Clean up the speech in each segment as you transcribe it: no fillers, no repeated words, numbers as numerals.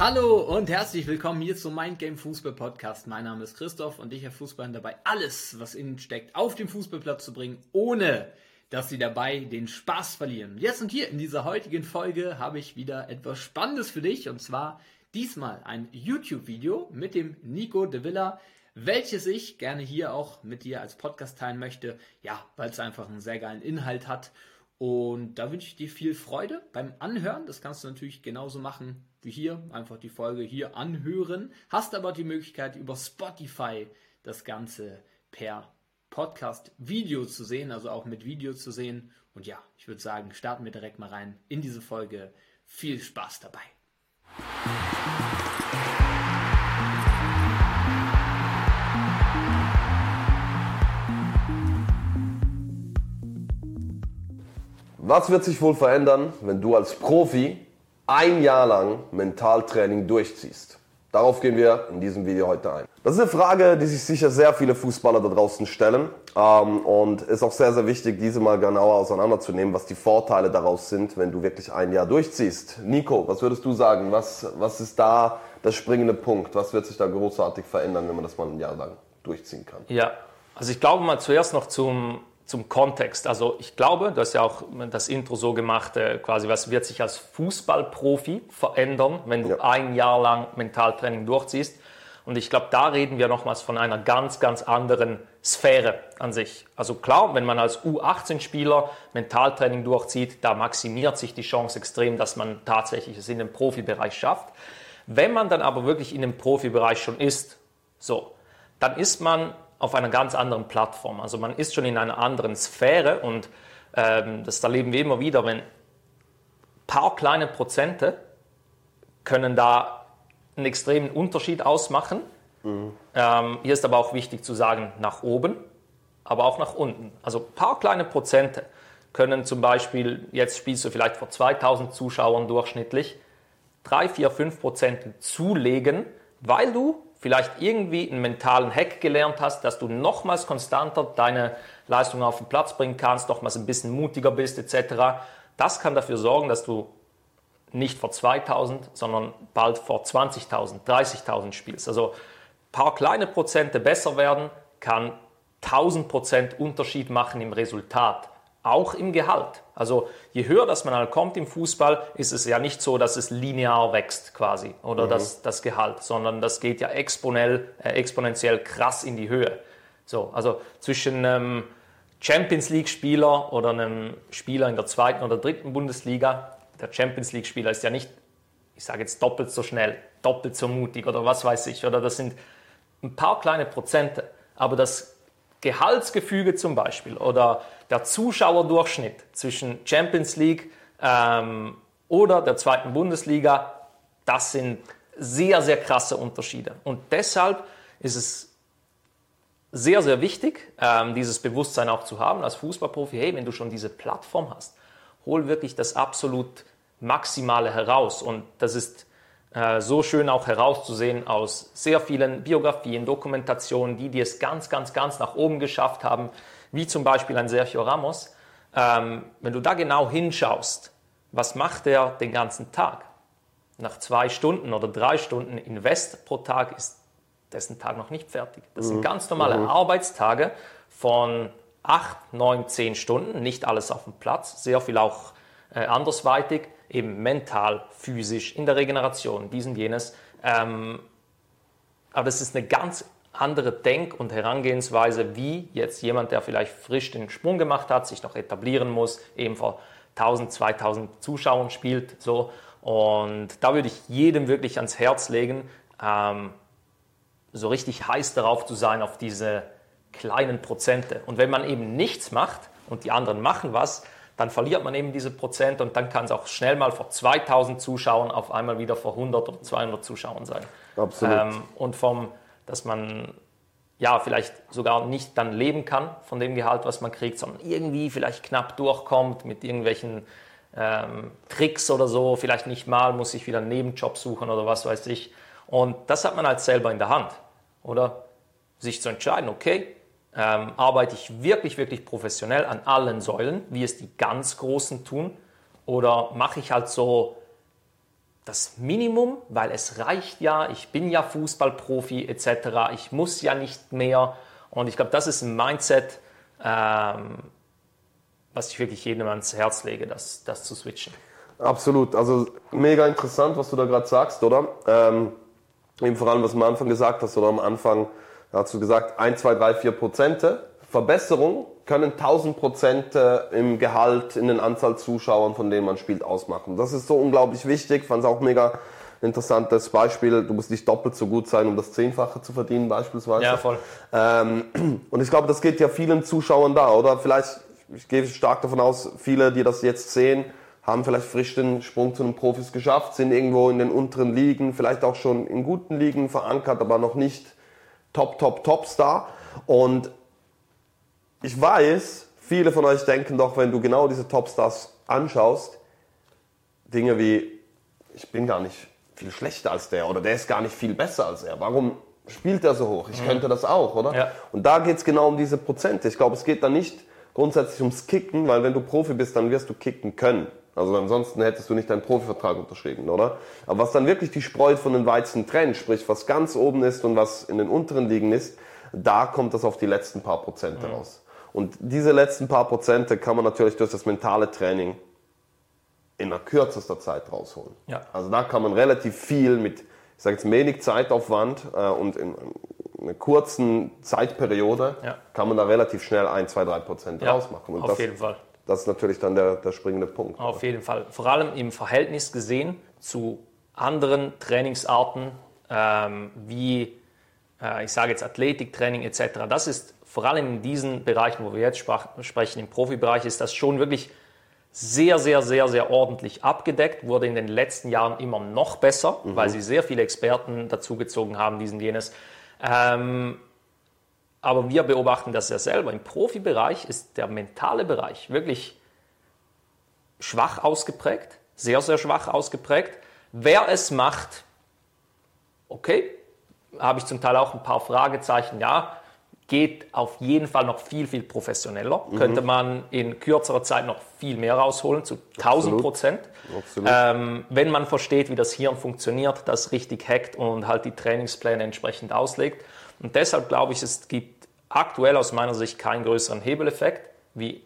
Hallo und herzlich willkommen hier zum Mind Game Fußball Podcast. Mein Name ist Christoph und ich helfe Fußballern dabei, alles, was innen steckt, auf den Fußballplatz zu bringen, ohne dass sie dabei den Spaß verlieren. Jetzt und hier in dieser heutigen Folge habe ich wieder etwas Spannendes für dich, und zwar diesmal ein YouTube-Video mit dem Nico de Villa, welches ich gerne hier auch mit dir als Podcast teilen möchte, ja, weil es einfach einen sehr geilen Inhalt hat. Und da wünsche ich dir viel Freude beim Anhören. Das kannst du natürlich genauso machen wie hier. Einfach die Folge hier anhören. Hast aber die Möglichkeit, über Spotify das Ganze per Podcast-Video zu sehen, also auch mit Video zu sehen. Und ja, ich würde sagen, starten wir direkt mal rein in diese Folge. Viel Spaß dabei. Was wird sich wohl verändern, wenn du als Profi ein Jahr lang Mentaltraining durchziehst? Darauf gehen wir in diesem Video heute ein. Das ist eine Frage, die sich sicher sehr viele Fußballer da draußen stellen und ist auch sehr, sehr wichtig, diese mal genauer auseinanderzunehmen, was die Vorteile daraus sind, wenn du wirklich ein Jahr durchziehst. Nico, was würdest du sagen? Was ist da der springende Punkt? Was wird sich da großartig verändern, wenn man das mal ein Jahr lang durchziehen kann? Ja, also ich glaube mal zuerst noch zum Kontext. Also ich glaube, du hast ja auch das Intro so gemacht, quasi was wird sich als Fußballprofi verändern, wenn du ein Jahr lang Mentaltraining durchziehst. Und ich glaube, da reden wir nochmals von einer ganz, ganz anderen Sphäre an sich. Also klar, wenn man als U18-Spieler Mentaltraining durchzieht, da maximiert sich die Chance extrem, dass man tatsächlich es in den Profibereich schafft. Wenn man dann aber wirklich in dem Profibereich schon ist, dann ist man auf einer ganz anderen Plattform. Also man ist schon in einer anderen Sphäre und das erleben wir immer wieder, wenn ein paar kleine Prozente können da einen extremen Unterschied ausmachen. Hier ist aber auch wichtig zu sagen, nach oben, aber auch nach unten. Also ein paar kleine Prozente können zum Beispiel, jetzt spielst du vielleicht vor 2000 Zuschauern durchschnittlich, 3, 4, 5% zulegen, weil du vielleicht irgendwie einen mentalen Hack gelernt hast, dass du nochmals konstanter deine Leistung auf den Platz bringen kannst, nochmals ein bisschen mutiger bist etc. Das kann dafür sorgen, dass du nicht vor 2000, sondern bald vor 20.000, 30.000 spielst. Also ein paar kleine Prozente besser werden, kann 1000% Unterschied machen im Resultat. Auch im Gehalt. Also je höher das man halt kommt im Fußball, ist es ja nicht so, dass es linear wächst quasi oder das Gehalt, sondern das geht ja exponentiell krass in die Höhe. So, also zwischen einem Champions League Spieler oder einem Spieler in der 2. oder 3. Bundesliga, der Champions League Spieler ist ja nicht, ich sage jetzt doppelt so schnell, doppelt so mutig oder was weiß ich, oder das sind ein paar kleine Prozente, aber das Gehaltsgefüge zum Beispiel oder der Zuschauerdurchschnitt zwischen Champions League oder der 2. Bundesliga, das sind sehr, sehr krasse Unterschiede. Und deshalb ist es sehr, sehr wichtig, dieses Bewusstsein auch zu haben als Fußballprofi. Hey, wenn du schon diese Plattform hast, hol wirklich das absolut Maximale heraus. Und das ist so schön auch herauszusehen aus sehr vielen Biografien, Dokumentationen, die es ganz, ganz, ganz nach oben geschafft haben, wie zum Beispiel ein Sergio Ramos. Wenn du da genau hinschaust, was macht er den ganzen Tag? Nach 2 Stunden oder 3 Stunden Invest pro Tag ist dessen Tag noch nicht fertig. Das sind ganz normale Arbeitstage von 8, 9, 10 Stunden, nicht alles auf dem Platz, sehr viel auch andersweitig, eben mental, physisch, in der Regeneration, dies und jenes. Aber das ist eine ganz andere Denk- und Herangehensweise, wie jetzt jemand, der vielleicht frisch den Sprung gemacht hat, sich noch etablieren muss, eben vor 1000, 2000 Zuschauern spielt. So. Und da würde ich jedem wirklich ans Herz legen, so richtig heiß darauf zu sein, auf diese kleinen Prozente. Und wenn man eben nichts macht und die anderen machen was, dann verliert man eben diese Prozente und dann kann es auch schnell mal vor 2000 Zuschauern auf einmal wieder vor 100 oder 200 Zuschauern sein. Absolut. Und dass man ja vielleicht sogar nicht dann leben kann von dem Gehalt, was man kriegt, sondern irgendwie vielleicht knapp durchkommt mit irgendwelchen Tricks oder so, vielleicht nicht mal, muss sich wieder einen Nebenjob suchen oder was weiß ich. Und das hat man halt selber in der Hand, oder? Sich zu entscheiden, okay, arbeite ich wirklich, wirklich professionell an allen Säulen, wie es die ganz Großen tun, oder mache ich halt so das Minimum, weil es reicht ja, ich bin ja Fußballprofi etc., ich muss ja nicht mehr. Und ich glaube, das ist ein Mindset, was ich wirklich jedem ans Herz lege, das zu switchen. Absolut, also mega interessant, was du da gerade sagst, oder? Eben vor allem, was du am Anfang gesagt hast, oder am Anfang hast du gesagt, 1, 2, 3, 4% Verbesserung können 1000% im Gehalt, in den Anzahl Zuschauern, von denen man spielt, ausmachen. Das ist so unglaublich wichtig, fand es auch mega interessantes Beispiel. Du musst nicht doppelt so gut sein, um das 10-fache zu verdienen beispielsweise. Ja, voll. Und ich glaube, das geht ja vielen Zuschauern da, oder? Vielleicht, ich gehe stark davon aus, viele, die das jetzt sehen, haben vielleicht frisch den Sprung zu den Profis geschafft, sind irgendwo in den unteren Ligen, vielleicht auch schon in guten Ligen verankert, aber noch nicht Top-Star. Und ich weiß, viele von euch denken doch, wenn du genau diese Topstars anschaust, Dinge wie, ich bin gar nicht viel schlechter als der oder der ist gar nicht viel besser als er. Warum spielt er so hoch? Ich könnte das auch, oder? Ja. Und da geht es genau um diese Prozente. Ich glaube, es geht da nicht grundsätzlich ums Kicken, weil wenn du Profi bist, dann wirst du kicken können. Also ansonsten hättest du nicht deinen Profivertrag unterschrieben, oder? Aber was dann wirklich die Spreu von den Weizen trennt, sprich was ganz oben ist und was in den unteren Ligen ist, da kommt das auf die letzten paar Prozente raus. Und diese letzten paar Prozente kann man natürlich durch das mentale Training in einer kürzester Zeit rausholen. Ja. Also da kann man relativ viel mit, ich sage jetzt wenig Zeitaufwand und in einer kurzen Zeitperiode kann man da relativ schnell 1, 2, 3% rausmachen. Und auf jeden Fall. Das ist natürlich dann der springende Punkt. Auf jeden Fall. Vor allem im Verhältnis gesehen zu anderen Trainingsarten, wie, ich sage jetzt Athletiktraining etc. Das ist vor allem in diesen Bereichen, wo wir jetzt sprechen, im Profibereich, ist das schon wirklich sehr, sehr, sehr, sehr ordentlich abgedeckt. Wurde in den letzten Jahren immer noch besser, weil sie sehr viele Experten dazugezogen haben, dies und jenes. Aber wir beobachten das ja selber. Im Profibereich ist der mentale Bereich wirklich schwach ausgeprägt, sehr, sehr schwach ausgeprägt. Wer es macht, okay, habe ich zum Teil auch ein paar Fragezeichen, ja, geht auf jeden Fall noch viel, viel professioneller. Könnte man in kürzerer Zeit noch viel mehr rausholen, zu 1000%. Absolut. Wenn man versteht, wie das Hirn funktioniert, das richtig hackt und halt die Trainingspläne entsprechend auslegt. Und deshalb glaube ich, es gibt aktuell aus meiner Sicht keinen größeren Hebeleffekt wie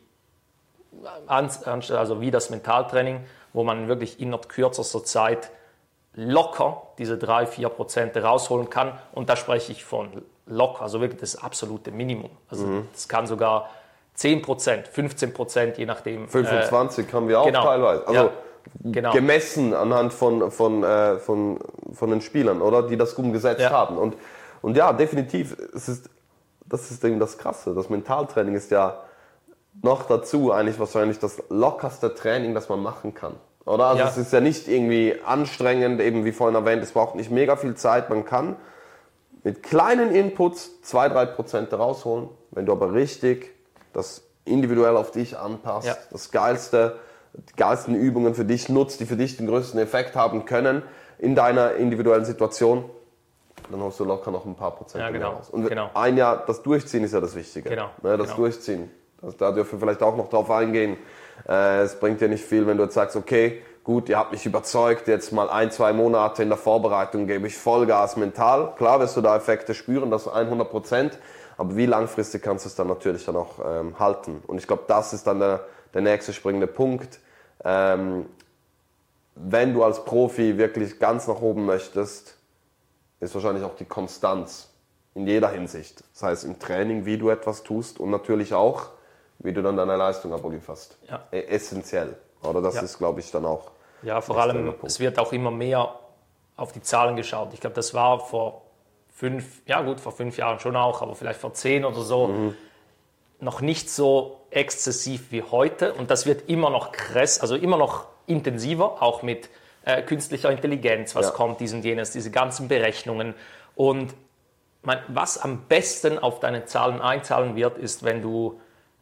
das Mentaltraining, wo man wirklich innerhalb kürzester Zeit locker diese 3-4% rausholen kann. Und da spreche ich von locker, also wirklich das absolute Minimum. Also das kann sogar 10%, 15%, je nachdem. 25 haben wir auch teilweise. Also gemessen anhand von den Spielern, oder? Die das umgesetzt haben. Und ja, definitiv, das ist eben das Krasse. Das Mentaltraining ist ja noch dazu eigentlich wahrscheinlich das lockerste Training, das man machen kann. Oder? Also es ist ja nicht irgendwie anstrengend, eben wie vorhin erwähnt, es braucht nicht mega viel Zeit. Man kann mit kleinen Inputs 2-3% rausholen. Wenn du aber richtig das individuell auf dich anpasst, die geilsten Übungen für dich nutzt, die für dich den größten Effekt haben können in deiner individuellen Situation, dann hast du locker noch ein paar Prozent mehr raus. Und ein Jahr, das Durchziehen ist ja das Wichtige. Durchziehen. Da dürfen wir vielleicht auch noch drauf eingehen. Es bringt dir nicht viel, wenn du jetzt sagst, okay, gut, ihr habt mich überzeugt, jetzt mal 1-2 Monate in der Vorbereitung gebe ich Vollgas mental. Klar wirst du da Effekte spüren, das 100%, aber wie langfristig kannst du es dann natürlich dann auch halten? Und ich glaube, das ist dann der nächste springende Punkt. Wenn du als Profi wirklich ganz nach oben möchtest, ist wahrscheinlich auch die Konstanz in jeder Hinsicht. Das heißt im Training, wie du etwas tust und natürlich auch, wie du dann deine Leistung ablieferst. Ja. Essentiell. Oder das ist, glaube ich, dann auch. Ja, vor allem, es wird auch immer mehr auf die Zahlen geschaut. Ich glaube, das war vor 5 Jahren schon auch, aber vielleicht vor 10 oder so noch nicht so exzessiv wie heute. Und das wird immer noch immer noch intensiver, auch mit künstlicher Intelligenz, was kommt, dies und jenes, diese ganzen Berechnungen. Und was am besten auf deine Zahlen einzahlen wird, ist, wenn du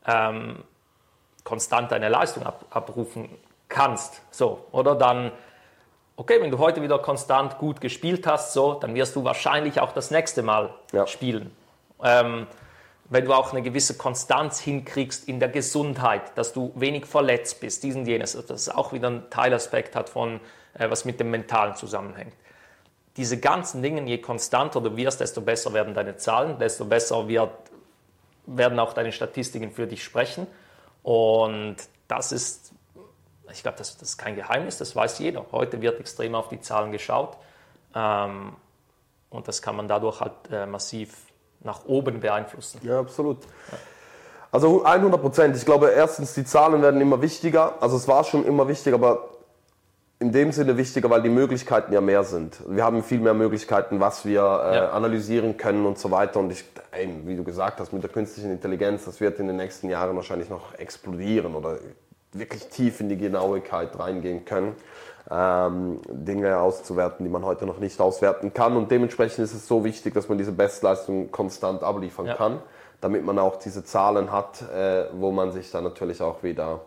konstant deine Leistung abrufen kannst. So, oder dann, okay, wenn du heute wieder konstant gut gespielt hast, so, dann wirst du wahrscheinlich auch das nächste Mal spielen. wenn du auch eine gewisse Konstanz hinkriegst in der Gesundheit, dass du wenig verletzt bist, diesen jenes, dass es auch wieder einen Teilaspekt hat von, was mit dem Mentalen zusammenhängt. Diese ganzen Dinge, je konstanter du wirst, desto besser werden deine Zahlen, desto besser werden auch deine Statistiken für dich sprechen. Und das ist, ich glaube, das ist kein Geheimnis, das weiß jeder. Heute wird extrem auf die Zahlen geschaut und das kann man dadurch halt massiv nach oben beeinflussen. Ja, absolut. Ja. Also 100%. Ich glaube, erstens, die Zahlen werden immer wichtiger. Also es war schon immer wichtig, aber in dem Sinne wichtiger, weil die Möglichkeiten ja mehr sind. Wir haben viel mehr Möglichkeiten, was wir analysieren können und so weiter. Und wie du gesagt hast, mit der künstlichen Intelligenz, das wird in den nächsten Jahren wahrscheinlich noch explodieren oder wirklich tief in die Genauigkeit reingehen können. Dinge auszuwerten, die man heute noch nicht auswerten kann. Und dementsprechend ist es so wichtig, dass man diese Bestleistung konstant abliefern kann, damit man auch diese Zahlen hat, wo man sich dann natürlich auch wieder,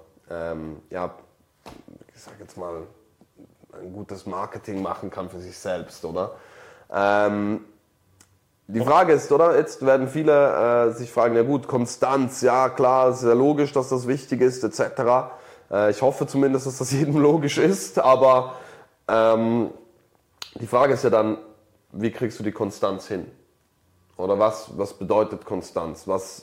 ich sag jetzt mal, ein gutes Marketing machen kann für sich selbst, oder? Die Frage ist, oder? Jetzt werden viele sich fragen, ja gut, Konstanz, ja klar, ist ja logisch, dass das wichtig ist, etc. Ich hoffe zumindest, dass das jedem logisch ist, aber die Frage ist ja dann, wie kriegst du die Konstanz hin? Oder was bedeutet Konstanz? Was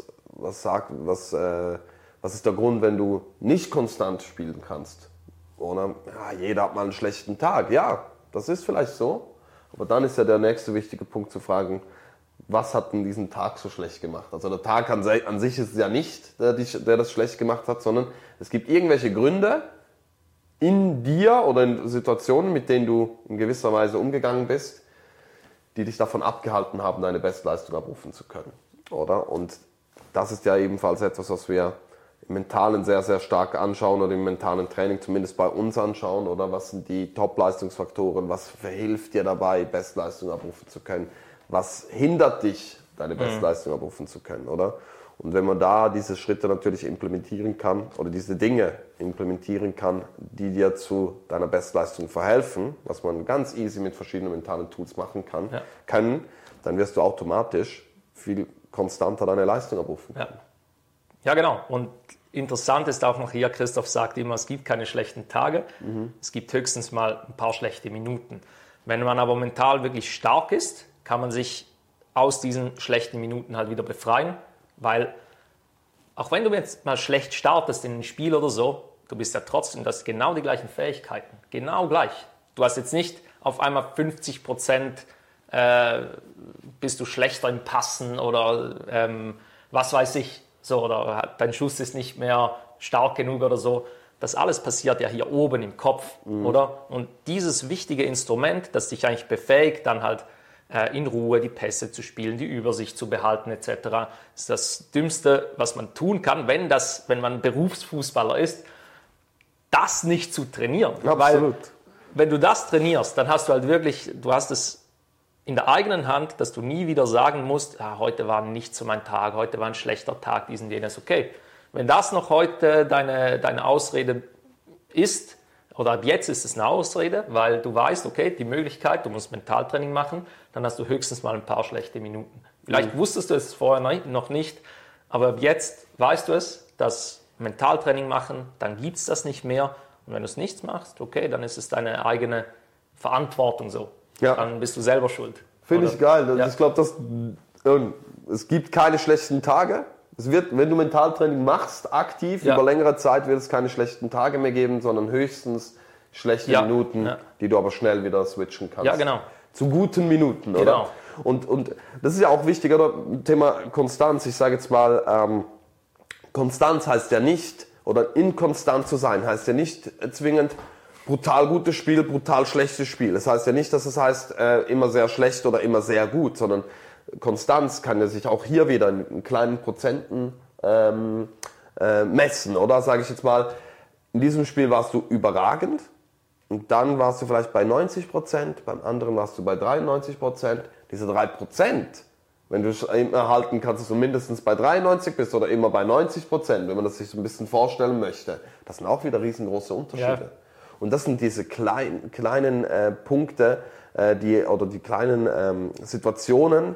ist der Grund, wenn du nicht konstant spielen kannst? Oder ja, jeder hat mal einen schlechten Tag. Ja, das ist vielleicht so, aber dann ist ja der nächste wichtige Punkt zu fragen, was hat denn diesen Tag so schlecht gemacht? Also der Tag an sich ist es ja nicht, der das schlecht gemacht hat, sondern es gibt irgendwelche Gründe in dir oder in Situationen, mit denen du in gewisser Weise umgegangen bist, die dich davon abgehalten haben, deine Bestleistung abrufen zu können. Oder? Und das ist ja ebenfalls etwas, was wir im Mentalen sehr, sehr stark anschauen oder im mentalen Training zumindest bei uns anschauen. Oder was sind die Top-Leistungsfaktoren? Was verhilft dir dabei, Bestleistung abrufen zu können? Was hindert dich, deine Bestleistung abrufen zu können, oder? Und wenn man da diese Schritte natürlich implementieren kann oder diese Dinge implementieren kann, die dir zu deiner Bestleistung verhelfen, was man ganz easy mit verschiedenen mentalen Tools machen kann, dann wirst du automatisch viel konstanter deine Leistung abrufen können. Ja, genau. Und interessant ist auch noch hier, Christoph sagt immer, es gibt keine schlechten Tage, es gibt höchstens mal ein paar schlechte Minuten. Wenn man aber mental wirklich stark ist, kann man sich aus diesen schlechten Minuten halt wieder befreien, weil auch wenn du jetzt mal schlecht startest in ein Spiel oder so, du bist ja trotzdem, du hast genau die gleichen Fähigkeiten, genau gleich. Du hast jetzt nicht auf einmal 50% bist du schlechter im Passen oder was weiß ich, so, oder dein Schuss ist nicht mehr stark genug oder so. Das alles passiert ja hier oben im Kopf, oder? Und dieses wichtige Instrument, das dich eigentlich befähigt, dann halt in Ruhe die Pässe zu spielen, die Übersicht zu behalten etc. ist das Dümmste, was man tun kann, wenn man Berufsfußballer ist, das nicht zu trainieren. Absolut. Weil wenn du das trainierst, dann hast du halt wirklich, du hast es in der eigenen Hand, dass du nie wieder sagen musst, heute war nicht so mein Tag, heute war ein schlechter Tag, diesen, jenes, okay. Wenn das noch heute deine Ausrede ist, oder ab jetzt ist es eine Ausrede, weil du weißt, okay, die Möglichkeit, du musst Mentaltraining machen, dann hast du höchstens mal ein paar schlechte Minuten. Vielleicht wusstest du es vorher noch nicht, aber ab jetzt weißt du es, dass Mentaltraining machen, dann gibt es das nicht mehr. Und wenn du es nicht machst, okay, dann ist es deine eigene Verantwortung so. Ja. Dann bist du selber schuld. Finde ich geil. Ja. Ich glaube, es gibt keine schlechten Tage. Wenn du Mentaltraining machst, aktiv, über längere Zeit wird es keine schlechten Tage mehr geben, sondern höchstens schlechte Minuten, die du aber schnell wieder switchen kannst. Ja, genau. Zu guten Minuten, oder? Und das ist ja auch wichtig, oder? Thema Konstanz. Ich sage jetzt mal, Konstanz heißt ja nicht, oder inkonstant zu sein, heißt ja nicht zwingend brutal gutes Spiel, brutal schlechtes Spiel. Das heißt ja nicht, dass es heißt, immer sehr schlecht oder immer sehr gut, sondern Konstanz kann ja sich auch hier wieder in kleinen Prozenten messen, oder? Sage ich jetzt mal, in diesem Spiel warst du überragend und dann warst du vielleicht bei 90%, beim anderen warst du bei 93%. Diese 3%, wenn du es immer halten kannst, dass du mindestens bei 93 bist oder immer bei 90%, wenn man das sich so ein bisschen vorstellen möchte, das sind auch wieder riesengroße Unterschiede. Ja. Und das sind diese kleinen Punkte, die kleinen Situationen,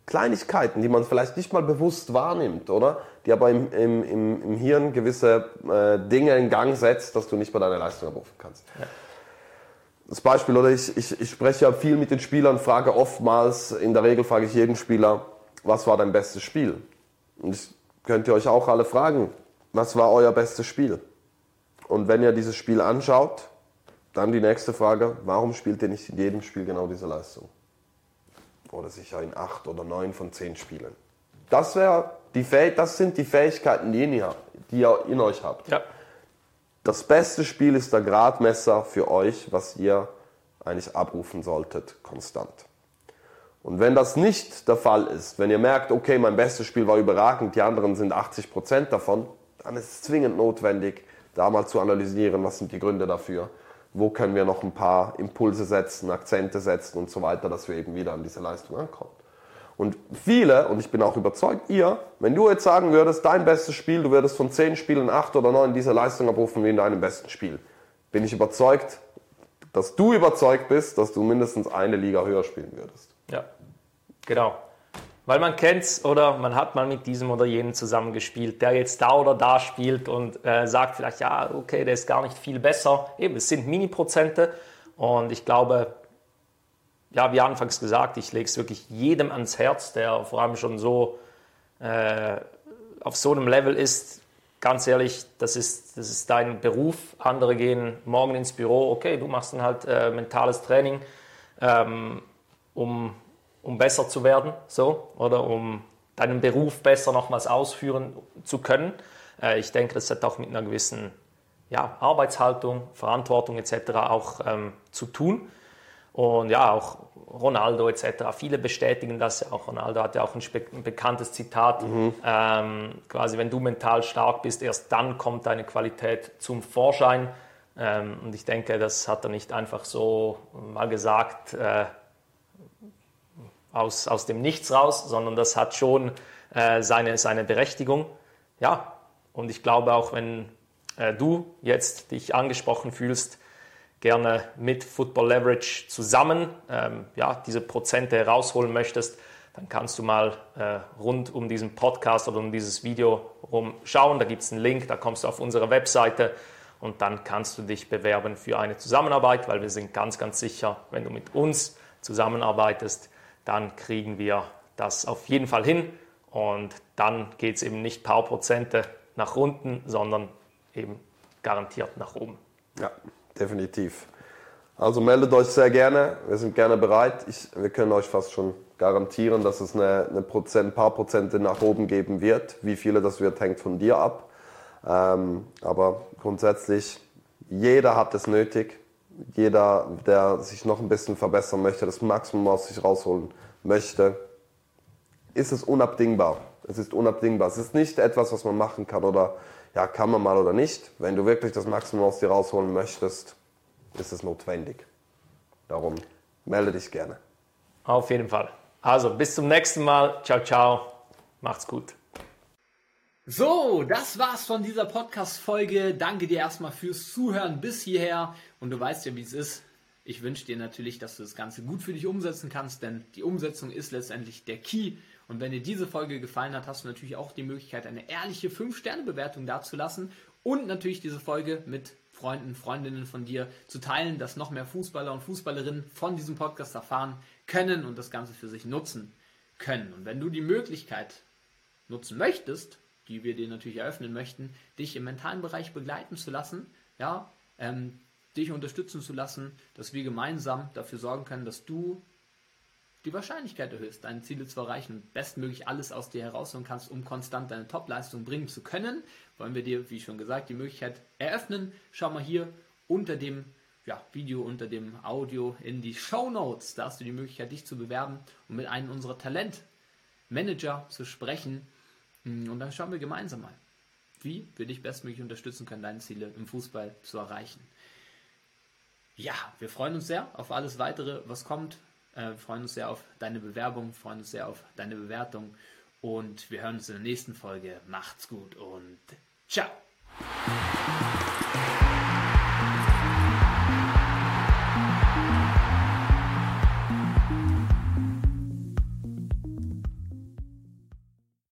Kleinigkeiten, die man vielleicht nicht mal bewusst wahrnimmt, oder? Die aber im Hirn gewisse Dinge in Gang setzt, dass du nicht mehr deine Leistung abrufen kannst. Ja. Das Beispiel, oder ich spreche ja viel mit den Spielern, frage oftmals, in der Regel frage ich jeden Spieler, was war dein bestes Spiel? Und das könnt ihr euch auch alle fragen, was war euer bestes Spiel? Und wenn ihr dieses Spiel anschaut, dann die nächste Frage, warum spielt ihr nicht in jedem Spiel genau diese Leistung? Oder sicher in 8 oder 9 von 10 Spielen. Das sind die Fähigkeiten, die ihr in euch habt. Ja. Das beste Spiel ist der Gradmesser für euch, was ihr eigentlich abrufen solltet, konstant. Und wenn das nicht der Fall ist, wenn ihr merkt, okay, mein bestes Spiel war überragend, die anderen sind 80% davon, dann ist es zwingend notwendig, da mal zu analysieren, was sind die Gründe dafür. Wo können wir noch ein paar Impulse setzen, Akzente setzen und so weiter, dass wir eben wieder an diese Leistung ankommen. Und viele, und ich bin auch überzeugt, wenn du jetzt sagen würdest, dein bestes Spiel, du würdest von 10 Spielen 8 oder 9 diese Leistung abrufen wie in deinem besten Spiel, bin ich überzeugt, dass du überzeugt bist, dass du mindestens eine Liga höher spielen würdest. Ja, genau. Weil man kennt's oder man hat mal mit diesem oder jenem zusammengespielt, der jetzt da oder da spielt und sagt vielleicht, ja, okay, der ist gar nicht viel besser. Eben, es sind Mini-Prozente und ich glaube, ja, wie anfangs gesagt, ich lege es wirklich jedem ans Herz, der vor allem schon so auf so einem Level ist. Ganz ehrlich, das ist dein Beruf. Andere gehen morgen ins Büro, okay, du machst dann halt mentales Training, um besser zu werden, so, oder um deinen Beruf besser nochmals ausführen zu können. Ich denke, das hat auch mit einer gewissen Arbeitshaltung, Verantwortung etc. auch zu tun. Und ja, auch Ronaldo etc. Viele bestätigen das ja auch. Ronaldo hat ja auch ein bekanntes Zitat, quasi wenn du mental stark bist, erst dann kommt deine Qualität zum Vorschein. Und ich denke, das hat er nicht einfach so mal gesagt, aus dem Nichts raus, sondern das hat schon seine Berechtigung. Ja, und ich glaube auch, wenn du jetzt dich angesprochen fühlst, gerne mit Football Leverage zusammen diese Prozente herausholen möchtest, dann kannst du mal rund um diesen Podcast oder um dieses Video rumschauen. Da gibt es einen Link, da kommst du auf unsere Webseite und dann kannst du dich bewerben für eine Zusammenarbeit, weil wir sind ganz, ganz sicher, wenn du mit uns zusammenarbeitest, dann kriegen wir das auf jeden Fall hin und dann geht es eben nicht paar Prozente nach unten, sondern eben garantiert nach oben. Ja, definitiv. Also meldet euch sehr gerne, wir sind gerne bereit. Wir können euch fast schon garantieren, dass es ein paar Prozente nach oben geben wird. Wie viele das wird, hängt von dir ab. Aber grundsätzlich, jeder hat es nötig. Jeder, der sich noch ein bisschen verbessern möchte, das Maximum aus sich rausholen möchte, ist es unabdingbar. Es ist unabdingbar. Es ist nicht etwas, was man machen kann oder kann man mal oder nicht. Wenn du wirklich das Maximum aus dir rausholen möchtest, ist es notwendig. Darum melde dich gerne. Auf jeden Fall. Also bis zum nächsten Mal. Ciao, ciao. Macht's gut. So, das war's von dieser Podcast-Folge. Danke dir erstmal fürs Zuhören bis hierher. Und du weißt ja, wie es ist. Ich wünsche dir natürlich, dass du das Ganze gut für dich umsetzen kannst, denn die Umsetzung ist letztendlich der Key. Und wenn dir diese Folge gefallen hat, hast du natürlich auch die Möglichkeit, eine ehrliche 5-Sterne-Bewertung dazulassen und natürlich diese Folge mit Freunden, Freundinnen von dir zu teilen, dass noch mehr Fußballer und Fußballerinnen von diesem Podcast erfahren können und das Ganze für sich nutzen können. Und wenn du die Möglichkeit nutzen möchtest, die wir dir natürlich eröffnen möchten, dich im mentalen Bereich begleiten zu lassen, dich unterstützen zu lassen, dass wir gemeinsam dafür sorgen können, dass du die Wahrscheinlichkeit erhöhst, deine Ziele zu erreichen und bestmöglich alles aus dir herausholen kannst, um konstant deine Top-Leistung bringen zu können, wollen wir dir, wie schon gesagt, die Möglichkeit eröffnen. Schau mal hier unter dem Video, unter dem Audio in die Shownotes. Da hast du die Möglichkeit, dich zu bewerben und mit einem unserer Talentmanager zu sprechen. Und dann schauen wir gemeinsam mal, wie wir dich bestmöglich unterstützen können, deine Ziele im Fußball zu erreichen. Ja, wir freuen uns sehr auf alles Weitere, was kommt. Wir freuen uns sehr auf deine Bewerbung, freuen uns sehr auf deine Bewertung und wir hören uns in der nächsten Folge. Macht's gut und ciao!